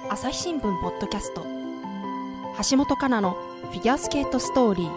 朝日新聞ポッドキャスト、橋本環奈のフィギュアスケートストーリー。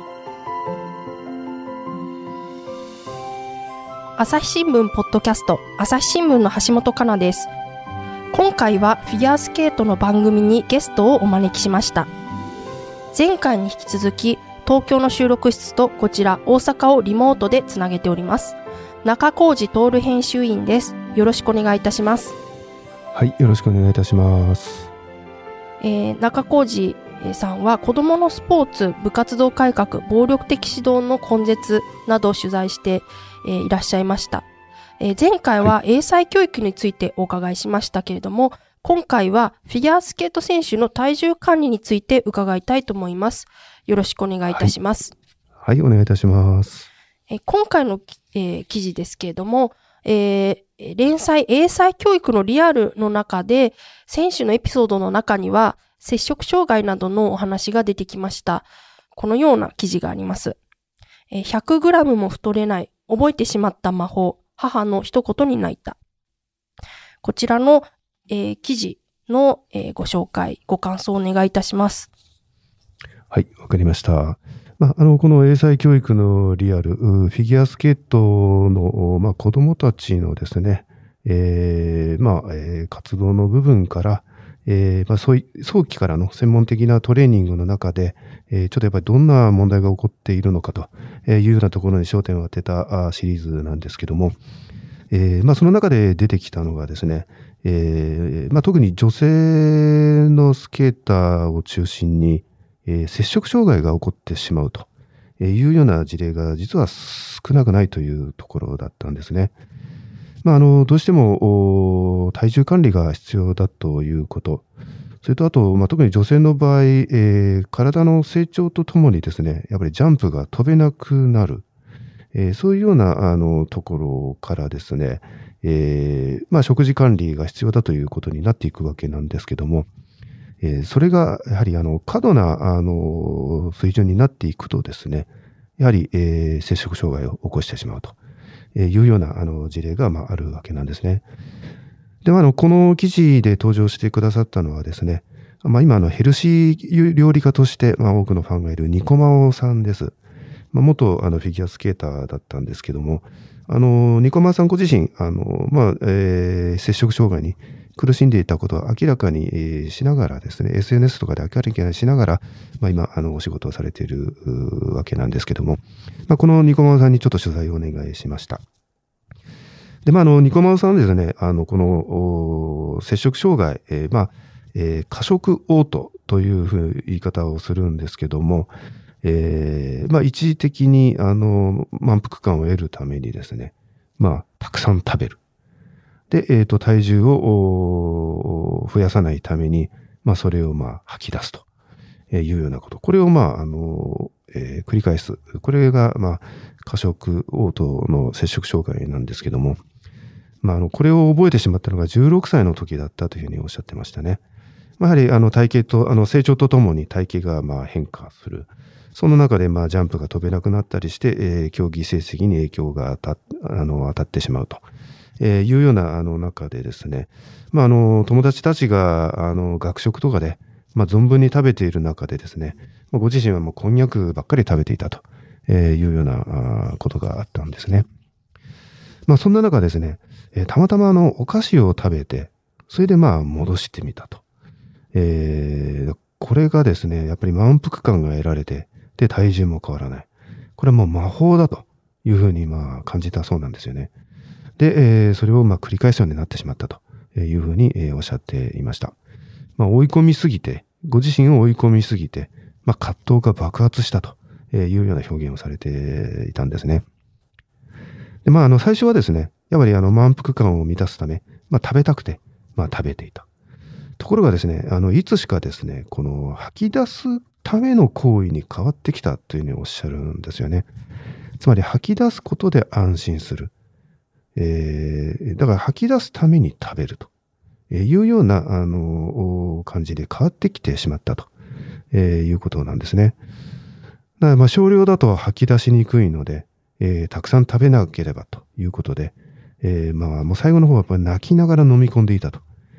朝日新聞ポッドキャスト、朝日新聞の橋本環奈です。今回はフィギュアスケートの番組にゲストをお招きしました。前回に引き続き東京の収録室とこちら大阪をリモートでつなげております。中浩二徹編集員です。よろしくお願いいたします。 はい、よろしくお願いいたします。 中浩二さんは子どものスポーツ、部活動改革、暴力的指導の根絶などを取材して、いらっしゃいました。前回は英才教育についてお伺いしましたけれども、今回はフィギュアスケート選手の体重管理について伺いたいと思います。よろしくお願いいたします。 はい、お願いいたします。 今回の、記事ですけれども、連載英才教育のリアルの中で選手のエピソードの中には摂食障害などのお話が出てきました。このような記事があります。100g も太れない、覚えてしまった魔法、母の一言に泣いた。こちらの、記事の、ご紹介、ご感想をお願いいたします。 はい、わかりました。この英才教育のリアル、フィギュアスケートの、子供たちのですね、活動の部分から、早期からの専門的なトレーニングの中で、ちょっとやっぱりどんな問題が起こっているのかというようなところに焦点を当てたシリーズなんですけども、その中で出てきたのがですね、特に女性のスケーターを中心に、摂食障害が起こってしまうというような事例が実は少なくないというところだったんですね。どうしても体重管理が必要だということ、それとあと、特に女性の場合、体の成長とともにですね、やっぱりジャンプが飛べなくなる、そういうようなところからですね、食事管理が必要だということになっていくわけなんですけども、それがやはり過度な水準になっていくとですね、やはり摂食障害を起こしてしまうというような事例があるわけなんですね。で、この記事で登場してくださったのはですね、今ヘルシー料理家として多くのファンがいるニコマオさんです。元フィギュアスケーターだったんですけども、ニコマオさんご自身摂食障害に苦しんでいたことを明らかにしながらですね、SNS とかで明らかにしながら、今、お仕事をされているわけなんですけども、このニコマオさんにちょっと取材をお願いしました。で、ニコマオさんはですね、この、摂食障害、過食嘔吐という言い方をするんですけども、一時的に、満腹感を得るためにですね、たくさん食べる。で、体重を増やさないために、それを吐き出すというようなこと。これを繰り返す。これが過食嘔吐の摂食障害なんですけども、これを覚えてしまったのが16歳の時だったというふうにおっしゃってましたね。やはり体型と成長とともに体型が変化する。その中でジャンプが飛べなくなったりして、競技成績に影響が当たってしまうと。いうような中でですね、友達たちが学食とかで存分に食べている中でですね、ご自身はもうこんにゃくばっかり食べていたというようなことがあったんですね。そんな中ですね、たまたまお菓子を食べて、それで戻してみたと。これがですね、やっぱり満腹感が得られて、で体重も変わらない。これはもう魔法だというふうに感じたそうなんですよね。で、それを繰り返すようになってしまったというふうにおっしゃっていました。追い込みすぎて、ご自身を追い込みすぎて、葛藤が爆発したというような表現をされていたんですね。で、最初はですね、やっぱり満腹感を満たすため、食べたくて、食べていた。ところがですね、いつしかですね、この吐き出すための行為に変わってきたというふうにおっしゃるんですよね。つまり吐き出すことで安心する。だから吐き出すために食べるというような感じで変わってきてしまったということなんですね。だから少量だと吐き出しにくいので、たくさん食べなければということで、もう最後の方はやっぱり泣きながら飲み込んでいたと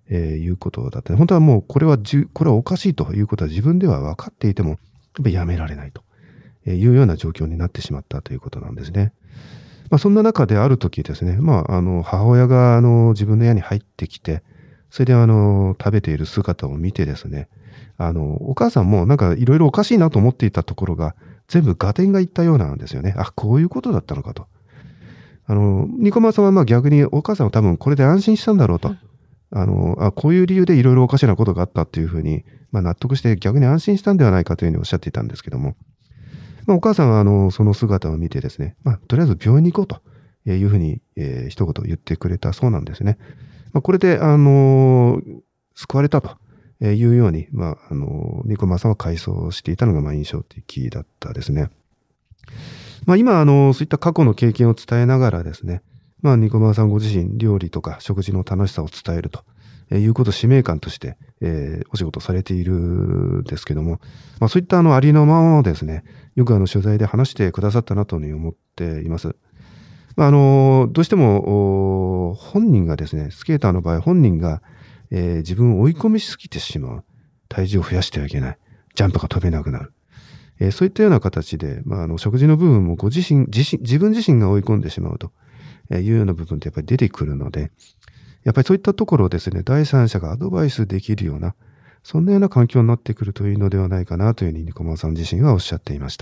いうことだった。本当はもうこれはおかしいということは自分では分かっていても、やっぱりやめられないというような状況になってしまったということなんですね。そんな中である時ですね、母親が自分の部屋に入ってきて、それで食べている姿を見てですね、お母さんもなんかいろいろおかしいなと思っていたところが、全部合点がいったようなんですよね。あ、こういうことだったのかと。ニコマさんは逆にお母さんは多分これで安心したんだろうと。こういう理由でいろいろおかしなことがあったっていうふうに、納得して逆に安心したんではないかというふうにおっしゃっていたんですけども、お母さんはその姿を見てですね、とりあえず病院に行こうというふうに、一言言ってくれたそうなんですね。これで、救われたというように、ニコマさんは回想していたのが印象的だったですね。今、そういった過去の経験を伝えながらですね、ニコマさんご自身、料理とか食事の楽しさを伝えるということを使命感として、お仕事されているんですけども、そういったありのままをですね、よく取材で話してくださったなというふうに思っています。どうしても、本人がですね、スケーターの場合、本人が、自分を追い込みすぎてしまう。体重を増やしてはいけない。ジャンプが飛べなくなる。そういったような形で、食事の部分も自分自身が追い込んでしまうというような部分ってやっぱり出てくるので、やっぱりそういったところをですね、第三者がアドバイスできるような、そんなような環境になってくるといいのではないかなというふうにニコマさん自身はおっしゃっていました。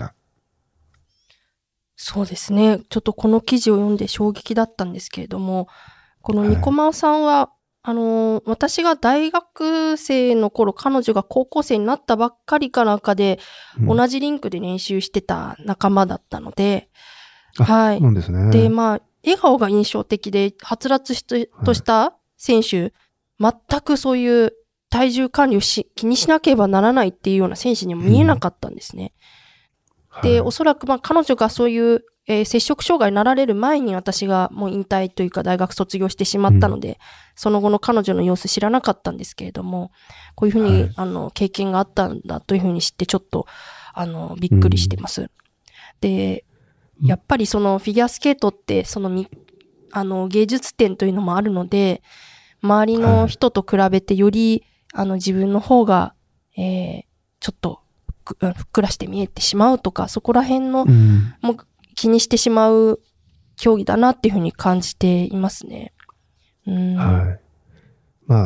そうですね。ちょっとこの記事を読んで衝撃だったんですけれども、このニコマさんは、私が大学生の頃、彼女が高校生になったばっかりかなんかで、同じリンクで練習してた仲間だったので、はい。 そうなんですね。 で、笑顔が印象的で、はつらつとした選手、全くそういう体重管理を気にしなければならないっていうような選手にも見えなかったんですね。で、おそらく彼女がそういう、摂食障害になられる前に私がもう引退というか大学卒業してしまったので、その後の彼女の様子知らなかったんですけれども、こういうふうに、経験があったんだというふうに知ってちょっと、びっくりしてます。で、やっぱりそのフィギュアスケートって、芸術点というのもあるので、周りの人と比べてより、自分の方が、ちょっと、ふっくらして見えてしまうとか、そこら辺の、もう気にしてしまう競技だなっていうふうに感じていますね。 はい。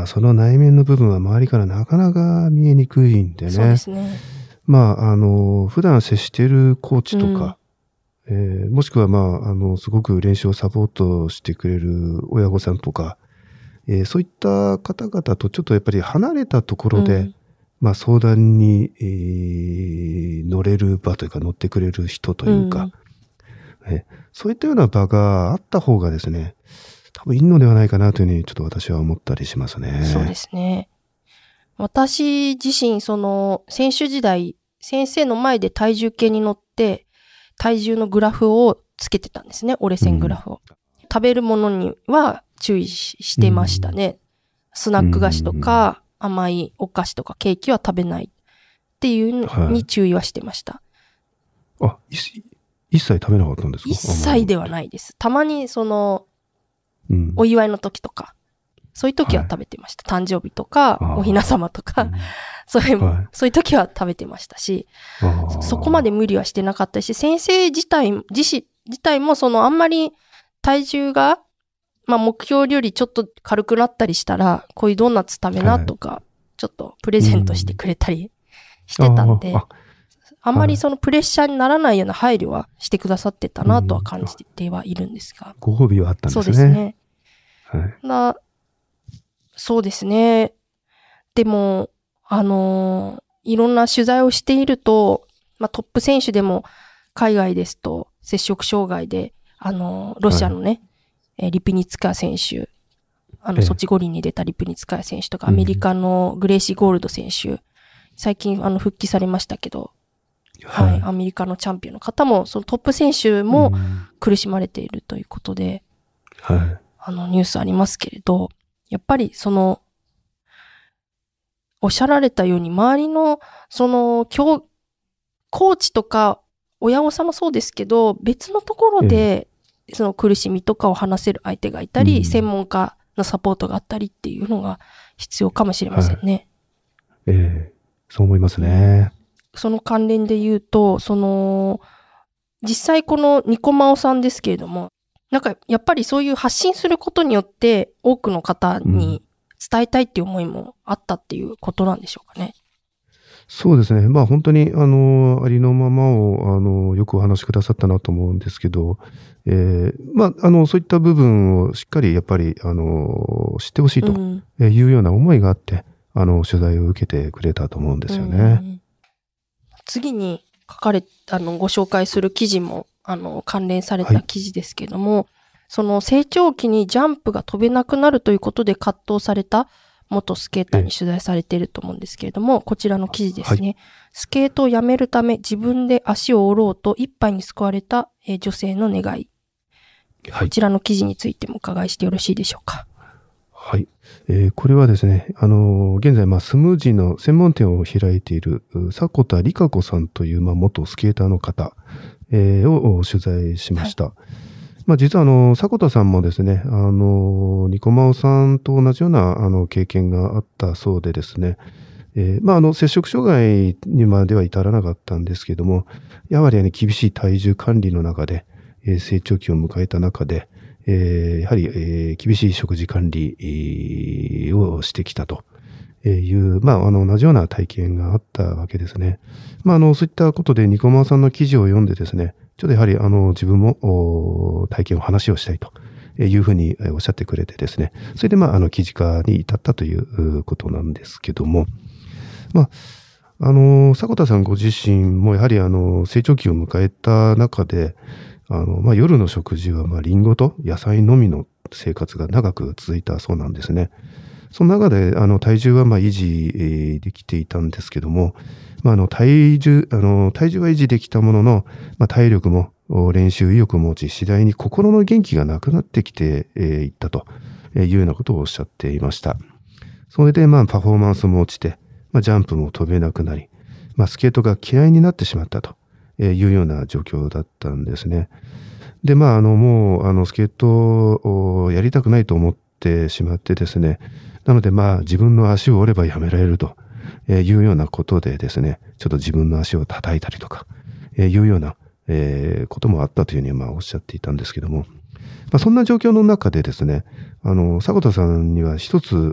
その内面の部分は周りからなかなか見えにくいんでね。 そうですね。 普段接しているコーチとか、もしくはすごく練習をサポートしてくれる親御さんとか、そういった方々とちょっとやっぱり離れたところで、相談に、乗れる場というか乗ってくれる人というか、そういったような場があった方がですね、多分いいのではないかなというふうにちょっと私は思ったりしますね。 そうですね。私自身、選手時代、先生の前で体重計に乗って、体重のグラフをつけてたんですね。折れ線グラフを。食べるものには注意してましたね。スナック菓子とか、甘いお菓子とかケーキは食べないっていうのに注意はしてました。 一切食べなかったんですか？ 一切ではないです。たまにお祝いの時とか、そういう時は食べてました。誕生日とか、おひな様とか、そういう時は食べてましたし、そこまで無理はしてなかったし、先生自体もあんまり体重が、目標よりちょっと軽くなったりしたら、こういうドーナツ食べなとか、ちょっとプレゼントしてくれたりしてたんで、あんまりプレッシャーにならないような配慮はしてくださってたなとは感じてはいるんですが。 ご褒美はあったんですね。 そうですね。そうですね。でも、いろんな取材をしていると、トップ選手でも海外ですと摂食障害で、ロシアのね、リプニツカヤ選手、ソチ五輪に出たリプニツカヤ選手とか、アメリカのグレイシー・ゴールド選手、最近復帰されましたけど、アメリカのチャンピオンの方も、そのトップ選手も苦しまれているということで、ニュースありますけれど、やっぱりおっしゃられたように、周りの、コーチとか、親御さんもそうですけど、別のところで、その苦しみとかを話せる相手がいたり、専門家のサポートがあったりっていうのが必要かもしれませんね。 そう思いますね。 その関連で言うと、実際このニコマオさんですけれども、なんかやっぱりそういう発信することによって多くの方に伝えたいっていう思いもあったっていうことなんでしょうかね。 そうですね。まあ本当に、ありのままを、よくお話しくださったなと思うんですけど、まあ、そういった部分をしっかりやっぱり、知ってほしいというような思いがあって、取材を受けてくれたと思うんですよね。 次にご紹介する記事も、関連された記事ですけれども、その成長期にジャンプが飛べなくなるということで葛藤された元スケーターに取材されていると思うんですけれども、こちらの記事ですね。スケートをやめるため自分で足を折ろうと一杯に救われた女性の願い。こちらの記事についてもお伺いしてよろしいでしょうか。 はい。これはですね、現在、スムージーの専門店を開いている、迫田理香子さんという、元スケーターの方、を取材しました。実は迫田さんもですね、ニコマオさんと同じような、経験があったそうでですね、摂食障害にまでは至らなかったんですけども、やはり厳しい体重管理の中で、成長期を迎えた中で、やはり、厳しい食事管理をしてきたという、同じような体験があったわけですね。そういったことでニコマオさんの記事を読んでですね、ちょっとやはり自分も体験を話をしたいというふうにおっしゃってくれてですね、それで記事化に至ったということなんですけども、迫田さんご自身もやはり成長期を迎えた中で、夜の食事はリンゴと野菜のみの生活が長く続いたそうなんですね。その中で体重は維持できていたんですけども、体重は維持できたものの、体力も練習意欲も落ち、次第に心の元気がなくなってきていったというようなことをおっしゃっていました。それでパフォーマンスも落ちて、ジャンプも飛べなくなり、スケートが嫌いになってしまったというような状況だったんですね。で、もうスケートをやりたくないと思ってしまってですね、なので自分の足を折ればやめられるというようなことでですね、ちょっと自分の足を叩いたりとかいうようなこともあったというふうにおっしゃっていたんですけども、そんな状況の中でですね、迫田さんには一つ、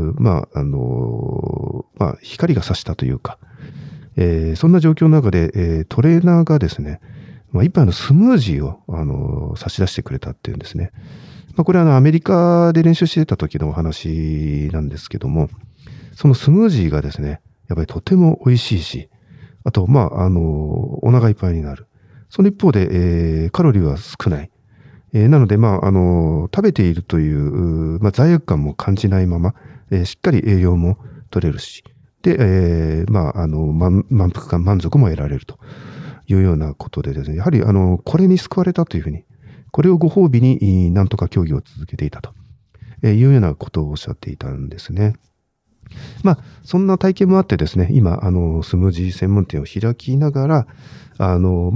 光が差したというか、そんな状況の中で、トレーナーがですね、一杯のスムージーを差し出してくれたっていうんですね。これはアメリカで練習してた時のお話なんですけども、そのスムージーがですね、やっぱりとても美味しいし、あと、お腹いっぱいになる。その一方で、カロリーは少ない。なので、食べているという、罪悪感も感じないまま、しっかり栄養も取れるし、で、満腹感、満足も得られるというようなことでですね、やはり、これに救われたというふうに、これをご褒美になんとか競技を続けていたというようなことをおっしゃっていたんですね。そんな体験もあってですね、今、スムージー専門店を開きながら、その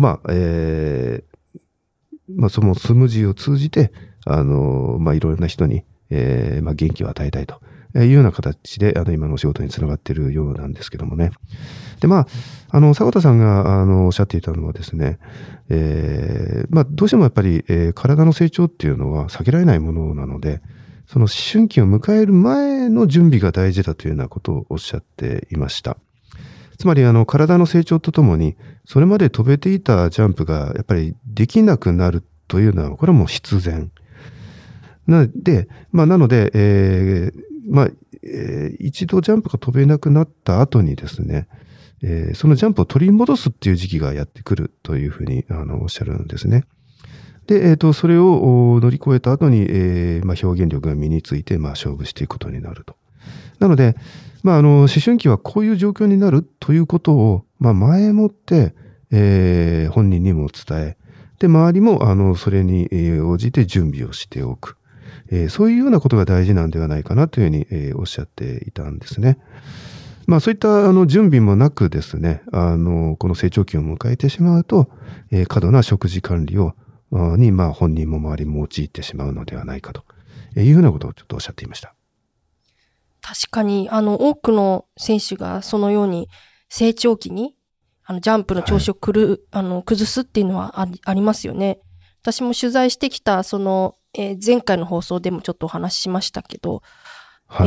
スムージーを通じて、いろいろな人に、元気を与えたいというような形で、今の仕事につながっているようなんですけどもね。で、迫田さんが、おっしゃっていたのはですね、どうしてもやっぱり、体の成長っていうのは避けられないものなので、その思春期を迎える前の準備が大事だというようなことをおっしゃっていました。つまり、体の成長とともに、それまで飛べていたジャンプがやっぱりできなくなるというのは、これはもう必然。なので、一度ジャンプが飛べなくなった後にですね、そのジャンプを取り戻すっていう時期がやってくるというふうにおっしゃるんですね。で、それを乗り越えた後に、表現力が身について、勝負していくことになると。なので、思春期はこういう状況になるということを、前もって、本人にも伝え、で、周りも、それに応じて準備をしておく。そういうようなことが大事なんではないかなというふうに、おっしゃっていたんですね。そういった準備もなくですね、この成長期を迎えてしまうと、過度な食事管理に本人も周りも陥ってしまうのではないかというようなことをちょっとおっしゃっていました。 確かに、多くの選手がそのように成長期に、ジャンプの調子を崩すっていうのはありますよね。私も取材してきた、前回の放送でもちょっとお話ししましたけど、 はい。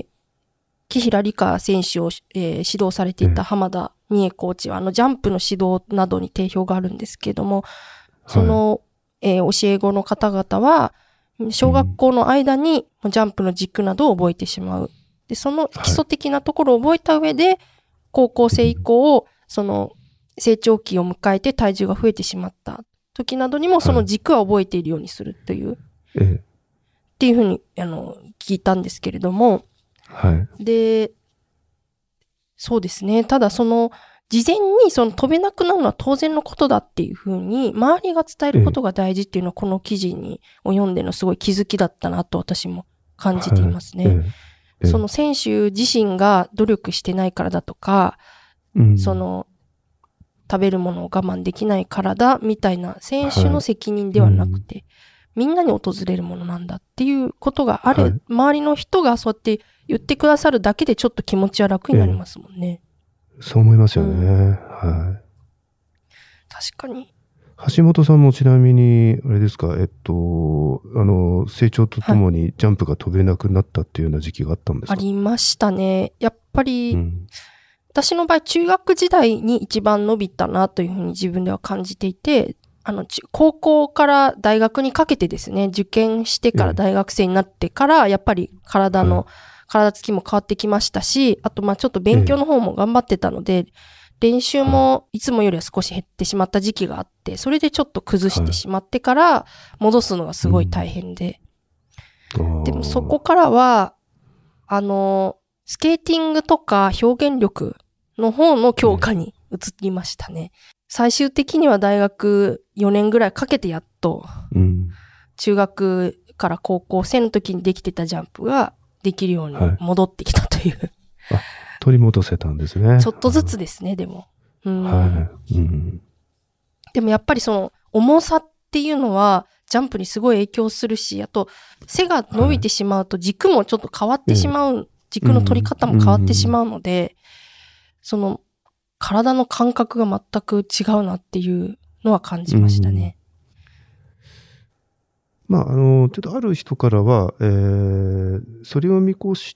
木平梨花選手を、指導されていた浜田美恵コーチは、ジャンプの指導などに定評があるんですけども、教え子の方々は、小学校の間にジャンプの軸などを覚えてしまう。で、その基礎的なところを覚えた上で、高校生以降、成長期を迎えて体重が増えてしまった時などにもその軸は覚えているようにするという、っていうふうに、聞いたんですけれども、 はい。 で、そうですね。ただ事前に飛べなくなるのは当然のことだっていうふうに、周りが伝えることが大事っていうのはこの記事を読んでのすごい気づきだったなと私も感じていますね。その選手自身が努力してないからだとか、食べるものを我慢できないからだみたいな選手の責任ではなくて、みんなに訪れるものなんだっていうことが周りの人がそうやって言ってくださるだけでちょっと気持ちは楽になりますもんね。 そう思いますよね。はい。 確かに。 橋本さんもちなみに、あれですか、成長とともにジャンプが飛べなくなったっていうような時期があったんですか？ ありましたね。やっぱり、私の場合、中学時代に一番伸びたなというふうに自分では感じていて、高校から大学にかけてですね、受験してから大学生になってから、やっぱり体つきも変わってきましたし、あとちょっと勉強の方も頑張ってたので、練習もいつもよりは少し減ってしまった時期があって、それでちょっと崩してしまってから戻すのがすごい大変で。でもそこからは、スケーティングとか表現力の方の強化に移りましたね。最終的には大学4年ぐらいかけてやっと、中学から高校生の時にできてたジャンプができるように戻ってきたという。 取り戻せたんですね。 ちょっとずつですね、でも。でもやっぱり重さっていうのはジャンプにすごい影響するし、あと背が伸びてしまうと軸もちょっと変わってしまう、軸の取り方も変わってしまうので、体の感覚が全く違うなっていうのは感じましたね。 ちょっとある人からは、それを見越して、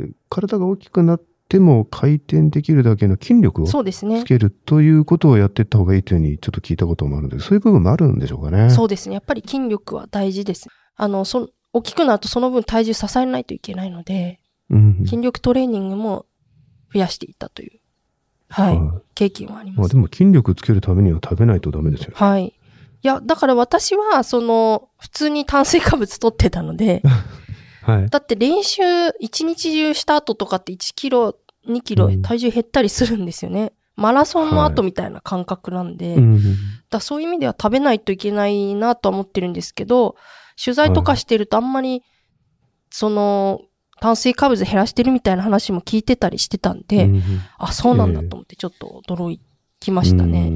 体が大きくなっても回転できるだけの筋力をつけるということをやっていった方がいいというふうにちょっと聞いたこともあるので、そういう部分もあるんでしょうかね。 そうですね。やっぱり筋力は大事です。大きくなるとその分体重支えないといけないので、筋力トレーニングも増やしていったという、経験はあります。 でも筋力つけるためには食べないとダメですよね。 はい。いや、だから私は、普通に炭水化物取ってたので、だって練習1日中した後とかって1キロ、2キロ体重減ったりするんですよね。マラソンの後みたいな感覚なんで、そういう意味では食べないといけないなとは思ってるんですけど、取材とかしてるとあんまり、炭水化物減らしてるみたいな話も聞いてたりしてたんで、あ、そうなんだと思ってちょっと驚きましたね。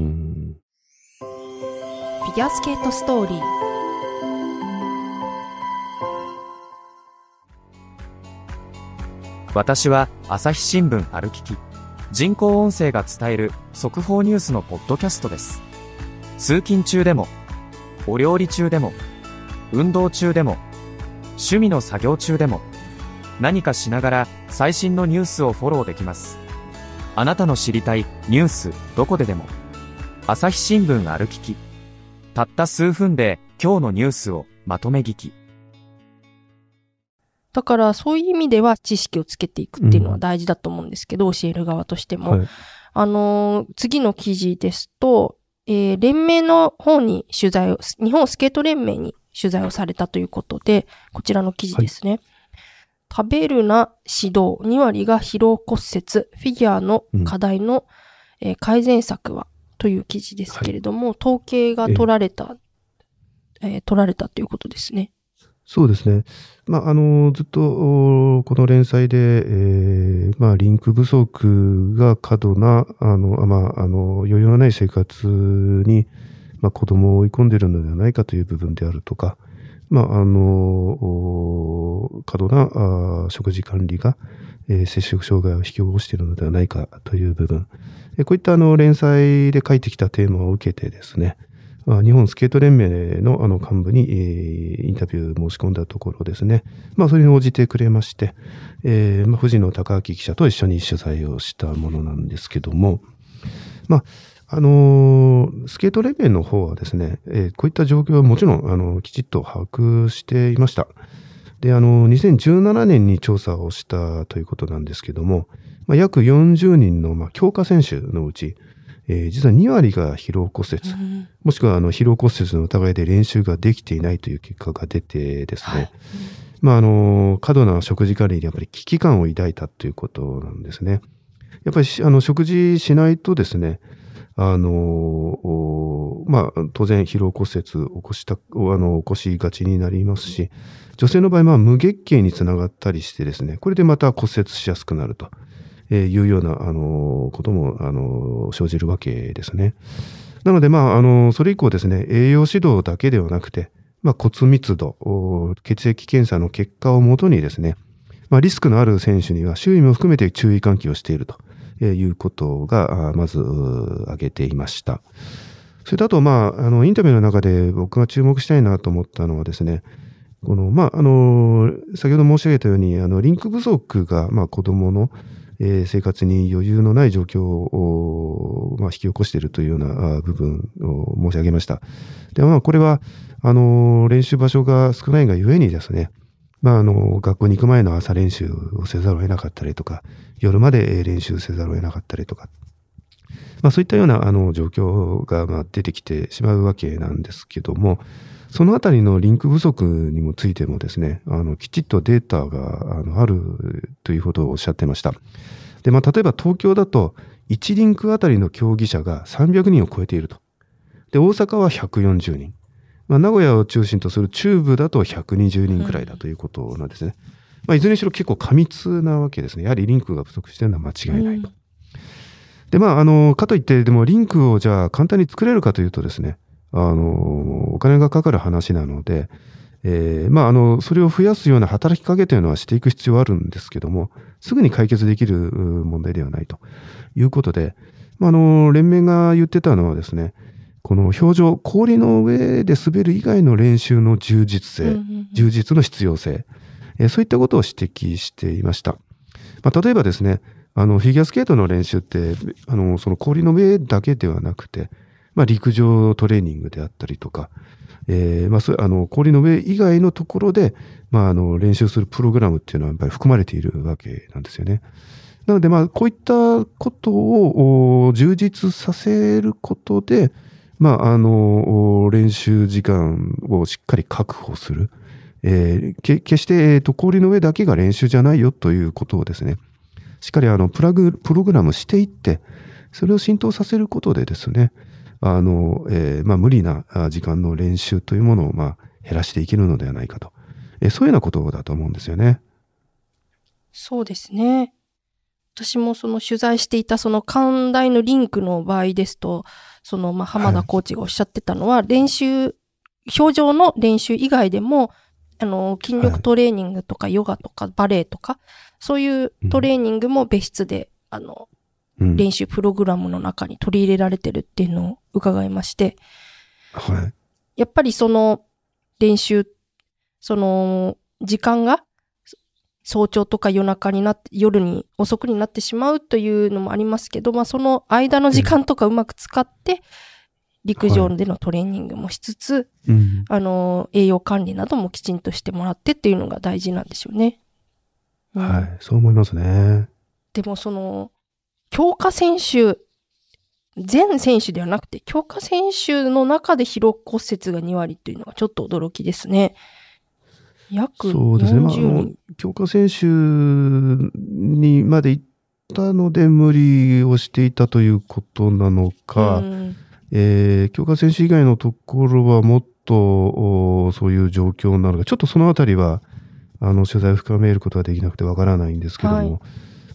フィギュアスケートストーリー。 私は朝日新聞ある聞き、人工音声が伝える速報ニュースのポッドキャストです。通勤中でも、お料理中でも、運動中でも、趣味の作業中でも、何かしながら最新のニュースをフォローできます。あなたの知りたいニュースどこででも、朝日新聞ある聞き。たった数分で今日のニュースをまとめ聞き。 だからそういう意味では知識をつけていくっていうのは大事だと思うんですけど、教える側としても。次の記事ですと、連盟の方に日本スケート連盟に取材をされたということで、こちらの記事ですね。食べるな指導、2割が疲労骨折、フィギュアの課題の、改善策はという記事ですけれども、統計が取られたということですね。 そうですね。ずっと、この連載で、リンク不足が過度な、余裕のない生活に、子供を追い込んでいるのではないかという部分であるとか、 過度な食事管理が、摂食障害を引き起こしているのではないかという部分。こういった連載で書いてきたテーマを受けてですね、日本スケート連盟の幹部に、インタビュー申し込んだところですね、それに応じてくれまして、藤野孝明記者と一緒に取材をしたものなんですけども、スケート連盟の方はですね、こういった状況はもちろんきちっと把握していました。で、2017年に調査をしたということなんですけども、約40人の強化選手のうち、実は2割が疲労骨折、もしくは疲労骨折の疑いで練習ができていないという結果が出てですね、過度な食事管理にやっぱり危機感を抱いたということなんですね。やっぱり食事しないとですね、当然疲労骨折を起こしがちになりますし、女性の場合無月経につながったりしてですね、これでまた骨折しやすくなるというようなことも生じるわけですね。なのでそれ以降ですね、栄養指導だけではなくて、骨密度、血液検査の結果をもとにですね、リスクのある選手には周囲も含めて注意喚起をしているということがまず挙げていました。それとあとインタビューの中で僕が注目したいなと思ったのはですね、この先ほど申し上げたようにリンク不足が子どもの生活に余裕のない状況を引き起こしているというような部分を申し上げました。で、これは練習場所が少ないがゆえにですね、学校に行く前の朝練習をせざるを得なかったりとか、夜まで練習せざるを得なかったりとか、そういったような状況が出てきてしまうわけなんですけども、そのあたりのリンク不足にもついてもですね、きちっとデータがあるということをおっしゃってました。で、例えば東京だと1リンクあたりの競技者が300人を超えていると。で、大阪は140人。名古屋を中心とする中部だと120人くらいだということなんですね。いずれにしろ結構過密なわけですね。やはりリンクが不足しているのは間違いないと。で、かといって、でもリンクをじゃあ簡単に作れるかというとですね、お金がかかる話なので、それを増やすような働きかけというのはしていく必要はあるんですけども、すぐに解決できる問題ではないということで、連盟が言ってたのはですね、この氷上、氷の上で滑る以外の練習の充実性、充実の必要性、そういったことを指摘していました。例えばですね、フィギュアスケートの練習って、その氷の上だけではなくて、陸上トレーニングであったりとか、氷の上以外のところで、練習するプログラムっていうのはやっぱり含まれているわけなんですよね。なので、こういったことを充実させることで、練習時間をしっかり確保する。決して、氷の上だけが練習じゃないよということをですね、しっかりプログラムしていって、それを浸透させることでですね、無理な時間の練習というものを減らしていけるのではないかと。そういうようなことだと思うんですよね。 そうですね。私もその取材していたその寛大のリンクの場合ですと、その浜田コーチがおっしゃってたのは、表情の練習以外でも、筋力トレーニングとかヨガとかバレエとか、そういうトレーニングも別室で、練習プログラムの中に取り入れられてるっていうのを伺いまして、やっぱりその練習、その時間が早朝とか夜中になって、夜に遅くになってしまうというのもありますけど、その間の時間とかうまく使って、陸上でのトレーニングもしつつ、栄養管理などもきちんとしてもらってっていうのが大事なんですよね。 そう思いますね。 でもその、強化選手、全選手ではなくて、強化選手の中で疲労骨折が2割っていうのがちょっと驚きですね。約40人。 そうですね。強化選手にまで行ったので無理をしていたということなのか、強化選手以外のところはもっとそういう状況なのか、ちょっとそのあたりは取材を深めることができなくてわからないんですけども、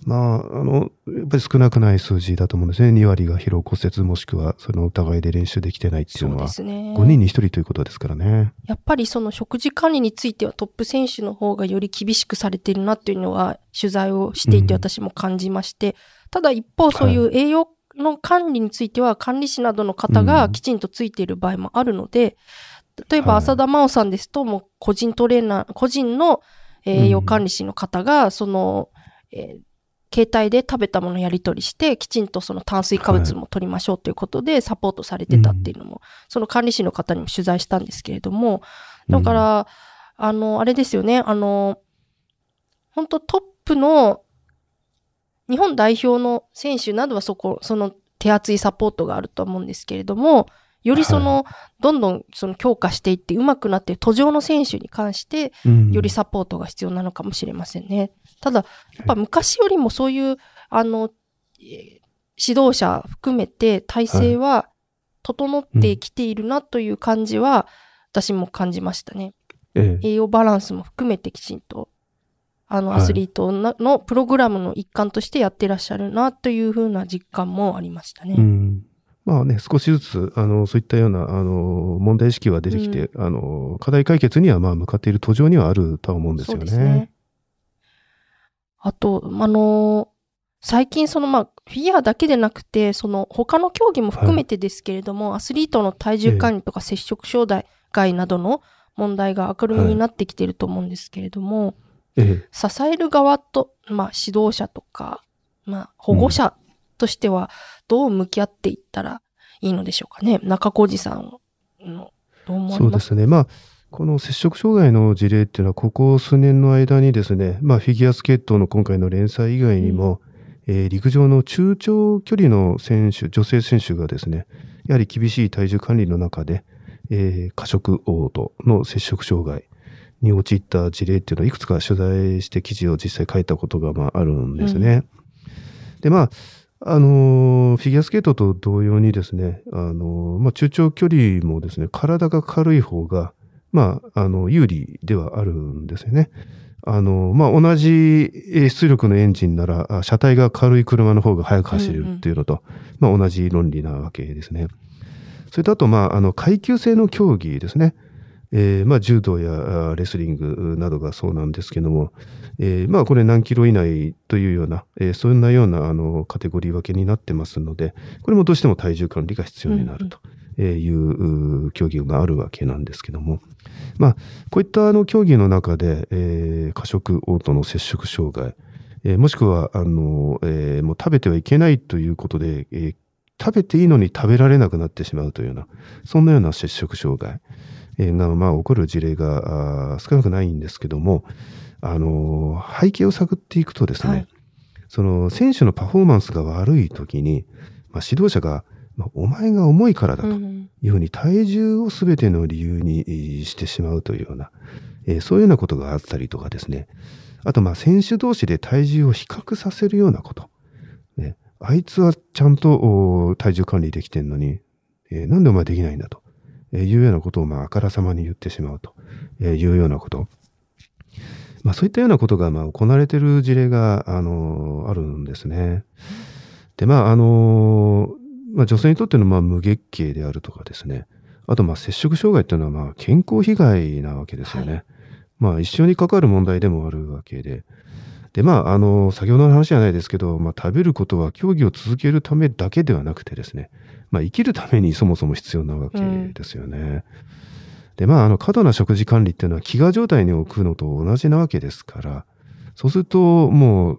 やっぱり少なくない数字だと思うんですね。2割が疲労骨折もしくはその疑いで練習できてないっていうのは、 そうですね。 5人に1人ということですからね。 やっぱりその食事管理についてはトップ選手の方がより厳しくされているなっていうのは取材をしていて私も感じまして、ただ一方そういう栄養の管理については管理士などの方がきちんとついている場合もあるので、例えば浅田真央さんですともう個人トレーナー、個人の栄養管理士の方がその、携帯で食べたものをやり取りして、きちんとその炭水化物も取りましょうということでサポートされてたっていうのも、その管理士の方にも取材したんですけれども、だから、あれですよね、本当トップの日本代表の選手などはその手厚いサポートがあると思うんですけれども、よりどんどん強化していって上手くなっている途上の選手に関して、よりサポートが必要なのかもしれませんね。ただ、やっぱ昔よりもそういう、指導者含めて体制は整ってきているなという感じは、私も感じましたね。栄養バランスも含めてきちんと、アスリートのプログラムの一環としてやってらっしゃるなというふうな実感もありましたね。 少しずつ、そういったような、問題意識は出てきて、課題解決には、向かっている途上にはあるとは思うんですよね。そうですね。 あと、最近フィギュアだけでなくて、他の競技も含めてですけれども、アスリートの体重管理とか摂食障害などの問題が明るみになってきていると思うんですけれども、支える側と、指導者とか、保護者としてはどう向き合っていったらいいのでしょうかね。中小路さんのどう思われますか？ そうですね。この摂食障害の事例っていうのは、ここ数年の間にですね、フィギュアスケートの今回の連載以外にも、陸上の中長距離の選手、女性選手がですね、やはり厳しい体重管理の中で、過食嘔吐の摂食障害に陥った事例っていうのをいくつか取材して記事を実際書いたことがあるんですね。で、フィギュアスケートと同様にですね、中長距離もですね、体が軽い方が、有利ではあるんですよね。同じ出力のエンジンなら、車体が軽い車の方が速く走れるっていうのと、同じ論理なわけですね。それとあと、階級制の競技ですね。柔道やレスリングなどがそうなんですけども、これ何キロ以内というような、そんなようなカテゴリー分けになってますので、これもどうしても体重管理が必要になるという競技があるわけなんですけども、こういった競技の中で、過食嘔吐の摂食障害、もしくはもう食べてはいけないということで、食べていいのに食べられなくなってしまうというような、そんなような摂食障害が起こる事例が少なくないんですけども、背景を探っていくとですね、その選手のパフォーマンスが悪い時に、指導者が、お前が重いからだというふうに体重を全ての理由にしてしまうというような、そういうようなことがあったりとかですね。あと選手同士で体重を比較させるようなこと。あいつはちゃんと体重管理できてんのに、なんでお前できないんだというようなことをあからさまに言ってしまうというようなこと。そういったようなことが行われている事例があるんですね。で女性にとっての無月経であるとかですね。あと摂食障害っていうのは健康被害なわけですよね。一緒に関わる問題でもあるわけで。で、先ほどの話じゃないですけど、食べることは競技を続けるためだけではなくてですね、生きるためにそもそも必要なわけですよね。で、過度な食事管理っていうのは飢餓状態に置くのと同じなわけですから、そうするともう、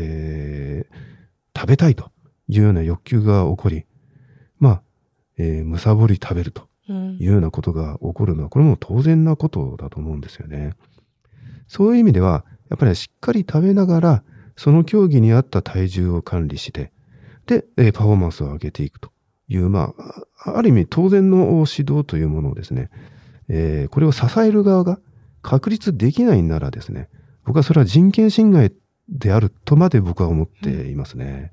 食べたいというような欲求が起こり、むさぼり食べるというようなことが起こるのは、これも当然なことだと思うんですよね。そういう意味では、やっぱりしっかり食べながら、その競技に合った体重を管理して、で、パフォーマンスを上げていくという、ある意味当然の指導というものをですね、これを支える側が確立できないならですね、僕はそれは人権侵害であるとまで僕は思っていますね。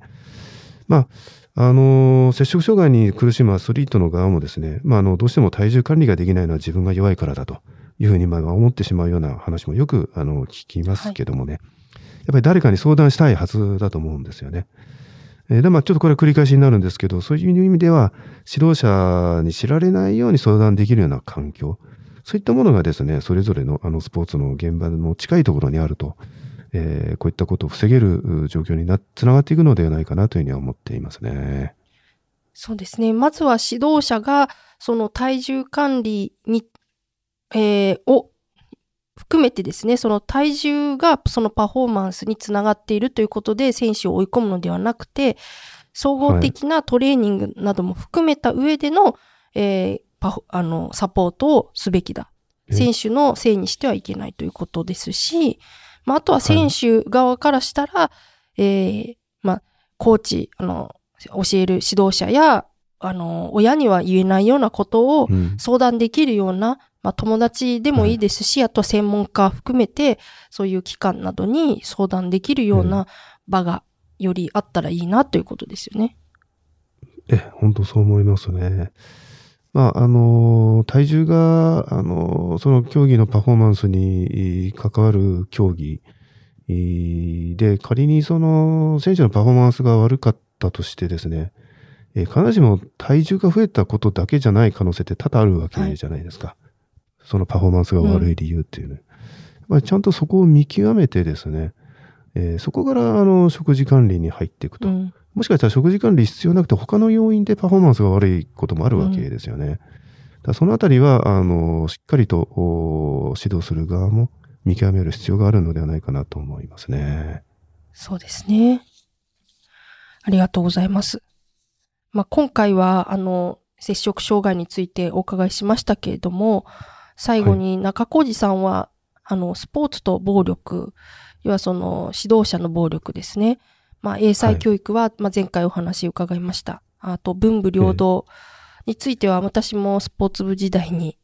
摂食障害に苦しむアスリートの側もですね、どうしても体重管理ができないのは自分が弱いからだというふうに思ってしまうような話もよく聞きますけどもね。 ぱり誰かに相談したいはずだと思うんですよね。で、ちょっとこれは繰り返しになるんですけど、そういう意味では、指導者に知られないように相談できるような環境、そういったものがですね、それぞれのスポーツの現場の近いところにあると、こういったことを防げる状況につながっていくのではないかなというふうには思っていますね。 そうですね。まずは指導者が、その体重管理に、を含めてですね、その体重がそのパフォーマンスにつながっているということで選手を追い込むのではなくて、総合的なトレーニングなども含めた上での、サポートをすべきだ。選手のせいにしてはいけないということですし、あとは選手側からしたら、コーチ、教える指導者や、親には言えないようなことを相談できるような、友達でもいいですし、あとは専門家含めて、そういう機関などに相談できるような場がよりあったらいいなということですよね。 本当そう思いますね。体重が、その競技のパフォーマンスに関わる競技で、仮にその選手のパフォーマンスが悪かったとしてですね、必ずしも体重が増えたことだけじゃない可能性って多々あるわけじゃないですか。そのパフォーマンスが悪い理由っていうね。ちゃんとそこを見極めてですね、そこから食事管理に入っていくと。もしかしたら食事管理必要なくて他の要因でパフォーマンスが悪いこともあるわけですよね。そのあたりは、しっかりと指導する側も見極める必要があるのではないかなと思いますね。 そうですね。ありがとうございます。今回は、摂食障害についてお伺いしましたけれども、最後に中浩二さんは、スポーツと暴力、要はその指導者の暴力ですね。英才教育は、前回お話伺いました。あと、文武両道については、私もスポーツ部時代に、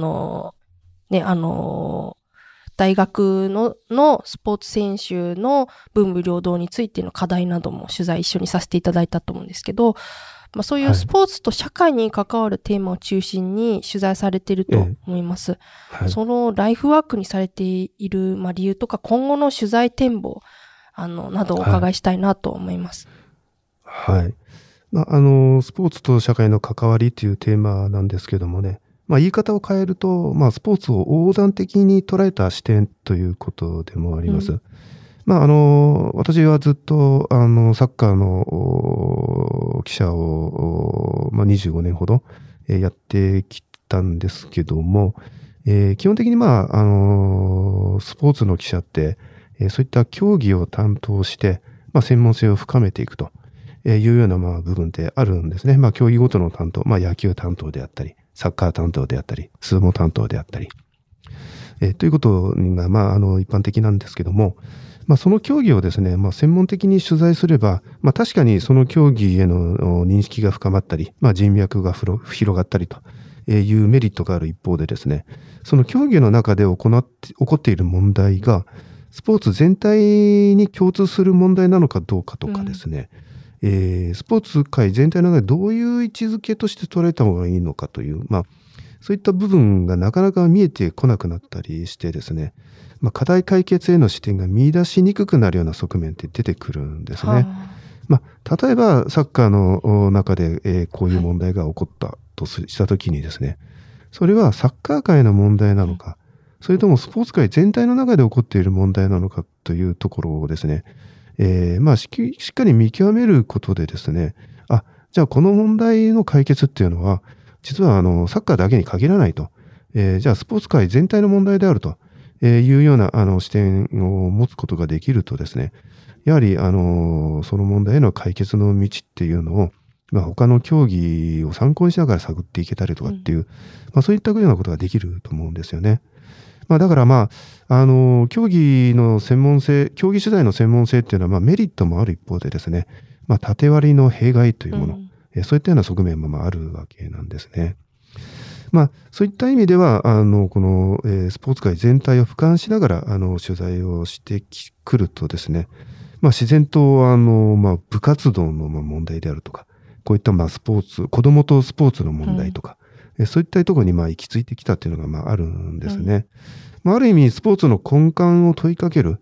大学のスポーツ選手の文武両道についての課題なども取材一緒にさせていただいたと思うんですけど、そういうスポーツと社会に関わるテーマを中心に取材されていると思います。そのライフワークにされている、理由とか今後の取材展望、などをお伺いしたいなと思います。 はい。スポーツと社会の関わりというテーマなんですけどもね、言い方を変えると、スポーツを横断的に捉えた視点ということでもあります。私はずっと、サッカーの記者を、25年ほどやってきたんですけども、基本的にスポーツの記者って、そういった競技を担当して、専門性を深めていくというような部分であるんですね。競技ごとの担当、野球担当であったり、サッカー担当であったり、相撲担当であったり、ということが、一般的なんですけども、その競技をですね、専門的に取材すれば、確かにその競技への認識が深まったり、人脈が広がったりというメリットがある一方でですね、その競技の中で起こっている問題が、スポーツ全体に共通する問題なのかどうかとかですね、スポーツ界全体の中でどういう位置づけとして捉えた方がいいのかという、そういった部分がなかなか見えてこなくなったりしてですね、課題解決への視点が見出しにくくなるような側面って出てくるんですね。例えばサッカーの中で、こういう問題が起こったとしたときにですね、それはサッカー界の問題なのか、それともスポーツ界全体の中で起こっている問題なのかというところをですね、しっかり見極めることでですね、じゃあこの問題の解決っていうのは、実はサッカーだけに限らないと。じゃあスポーツ界全体の問題であるというような視点を持つことができるとですね、やはりその問題への解決の道っていうのを、他の競技を参考にしながら探っていけたりとかっていう、そういったようなことができると思うんですよね。だから競技の専門性、競技取材の専門性っていうのはメリットもある一方でですね、縦割りの弊害というもの、そういったような側面もあるわけなんですね。そういった意味では、この、スポーツ界全体を俯瞰しながら、取材をしてくるとですね、自然と、部活動の問題であるとか、こういったスポーツ、子供とスポーツの問題とか、そういったところに行き着いてきたっていうのがあるんですね。ある意味、スポーツの根幹を問いかける、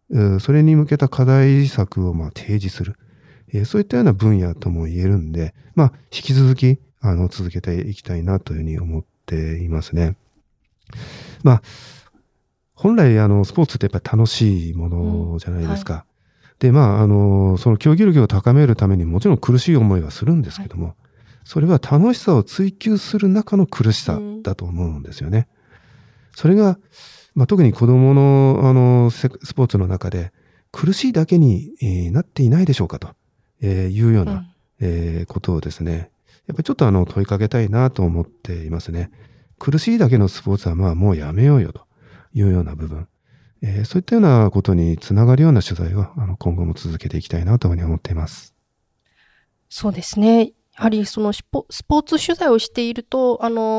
それに向けた課題作を提示する。そういったような分野とも言えるんで、引き続き、続けていきたいなというふうに思っていますね。本来、スポーツってやっぱり楽しいものじゃないですか。で、その競技力を高めるためにもちろん苦しい思いはするんですけども、それは楽しさを追求する中の苦しさだと思うんですよね。それが、特に子供の、スポーツの中で苦しいだけに、なっていないでしょうかと、いうような、ことをですね、やっぱりちょっと問いかけたいなと思っていますね。苦しいだけのスポーツはもうやめようよというような部分。そういったようなことにつながるような取材を今後も続けていきたいなというふうに思っています。 そうですね。やはりそのスポーツ取材をしていると、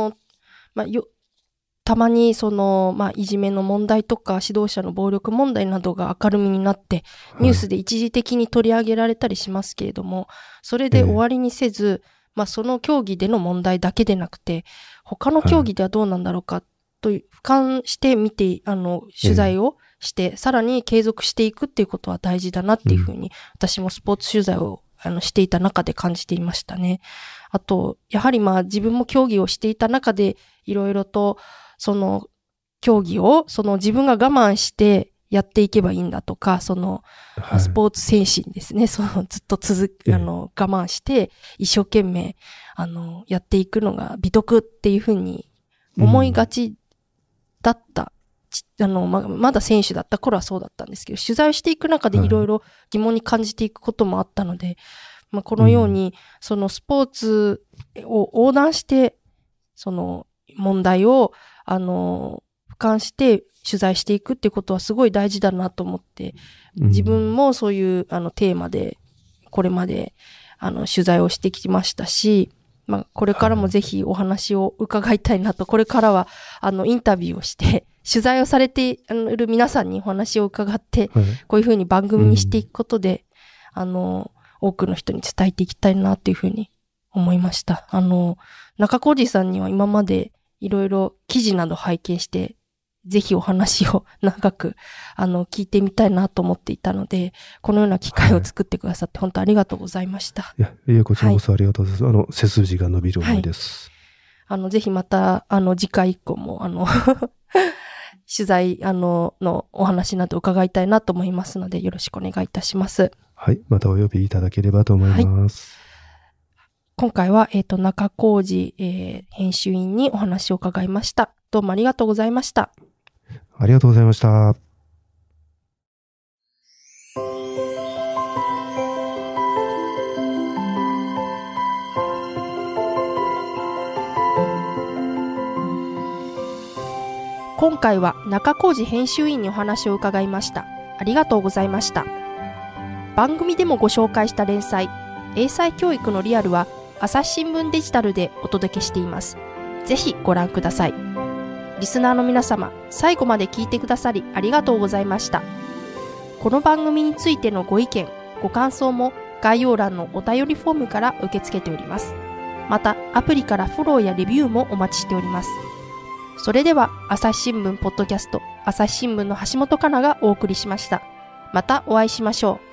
たまにいじめの問題とか指導者の暴力問題などが明るみになって、ニュースで一時的に取り上げられたりしますけれども、それで終わりにせず、その競技での問題だけでなくて、他の競技ではどうなんだろうかと俯瞰して見て、取材をして、さらに継続していくっていうことは大事だなっていうふうに、私もスポーツ取材をしていた中で感じていましたね。あと、やはり自分も競技をしていた中で、いろいろと、その競技を、自分が我慢してやっていけばいいんだとか、スポーツ精神ですね。ずっと我慢して、一生懸命、やっていくのが美徳っていうふうに思いがちだった。まだ選手だった頃はそうだったんですけど、取材をしていく中でいろいろ疑問に感じていくこともあったので、このように、スポーツを横断して、問題を、俯瞰して取材していくっていうことはすごい大事だなと思って、自分もそういうテーマで、これまで、取材をしてきましたし、これからもぜひお話を伺いたいなと、これからは、インタビューをして、取材をされている皆さんにお話を伺って、こういうふうに番組にしていくことで、多くの人に伝えていきたいなっていうふうに思いました。中小路さんには今までいろいろ記事など拝見して、ぜひお話を長く、聞いてみたいなと思っていたので、このような機会を作ってくださって本当ありがとうございました。 こちらこそありがとうございます。背筋が伸びる思いです。 ぜひまた、次回以降も、取材、のお話など伺いたいなと思いますので、よろしくお願いいたします。 はい。またお呼びいただければと思います。 今回は、中小路、編集員にお話を伺いました。どうもありがとうございました。 ありがとうございました。 今回は中小路編集員にお話を伺いました。ありがとうございました。番組でもご紹介した連載、英才教育のリアルは、朝日新聞デジタルでお届けしています。ぜひご覧ください。リスナーの皆様、最後まで聞いてくださりありがとうございました。この番組についてのご意見、ご感想も概要欄のお便りフォームから受け付けております。また、アプリからフォローやレビューもお待ちしております。それでは、朝日新聞ポッドキャスト、朝日新聞の橋本香奈がお送りしました。またお会いしましょう。